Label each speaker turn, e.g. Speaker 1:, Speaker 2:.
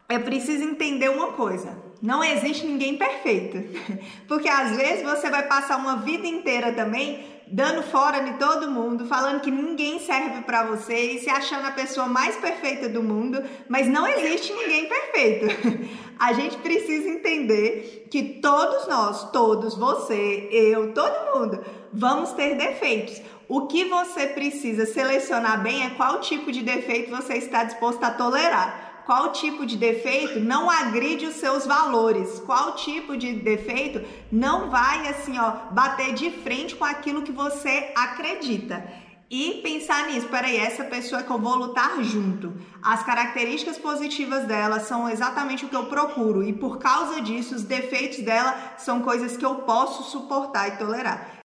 Speaker 1: é preciso entender uma coisa: não existe ninguém perfeito. Porque às vezes você vai passar uma vida inteira também dando fora de todo mundo, falando que ninguém serve pra você e se achando a pessoa mais perfeita do mundo, mas não existe ninguém perfeito. A gente precisa entender que todos nós, todos, você, eu, todo mundo, vamos ter defeitos. O que você precisa selecionar bem é qual tipo de defeito você está disposto a tolerar. Qual tipo de defeito não agride os seus valores? Qual tipo de defeito não vai assim, bater de frente com aquilo que você acredita? E pensar nisso, peraí, essa pessoa que eu vou lutar junto, as características positivas dela são exatamente o que eu procuro e por causa disso, os defeitos dela são coisas que eu posso suportar e tolerar.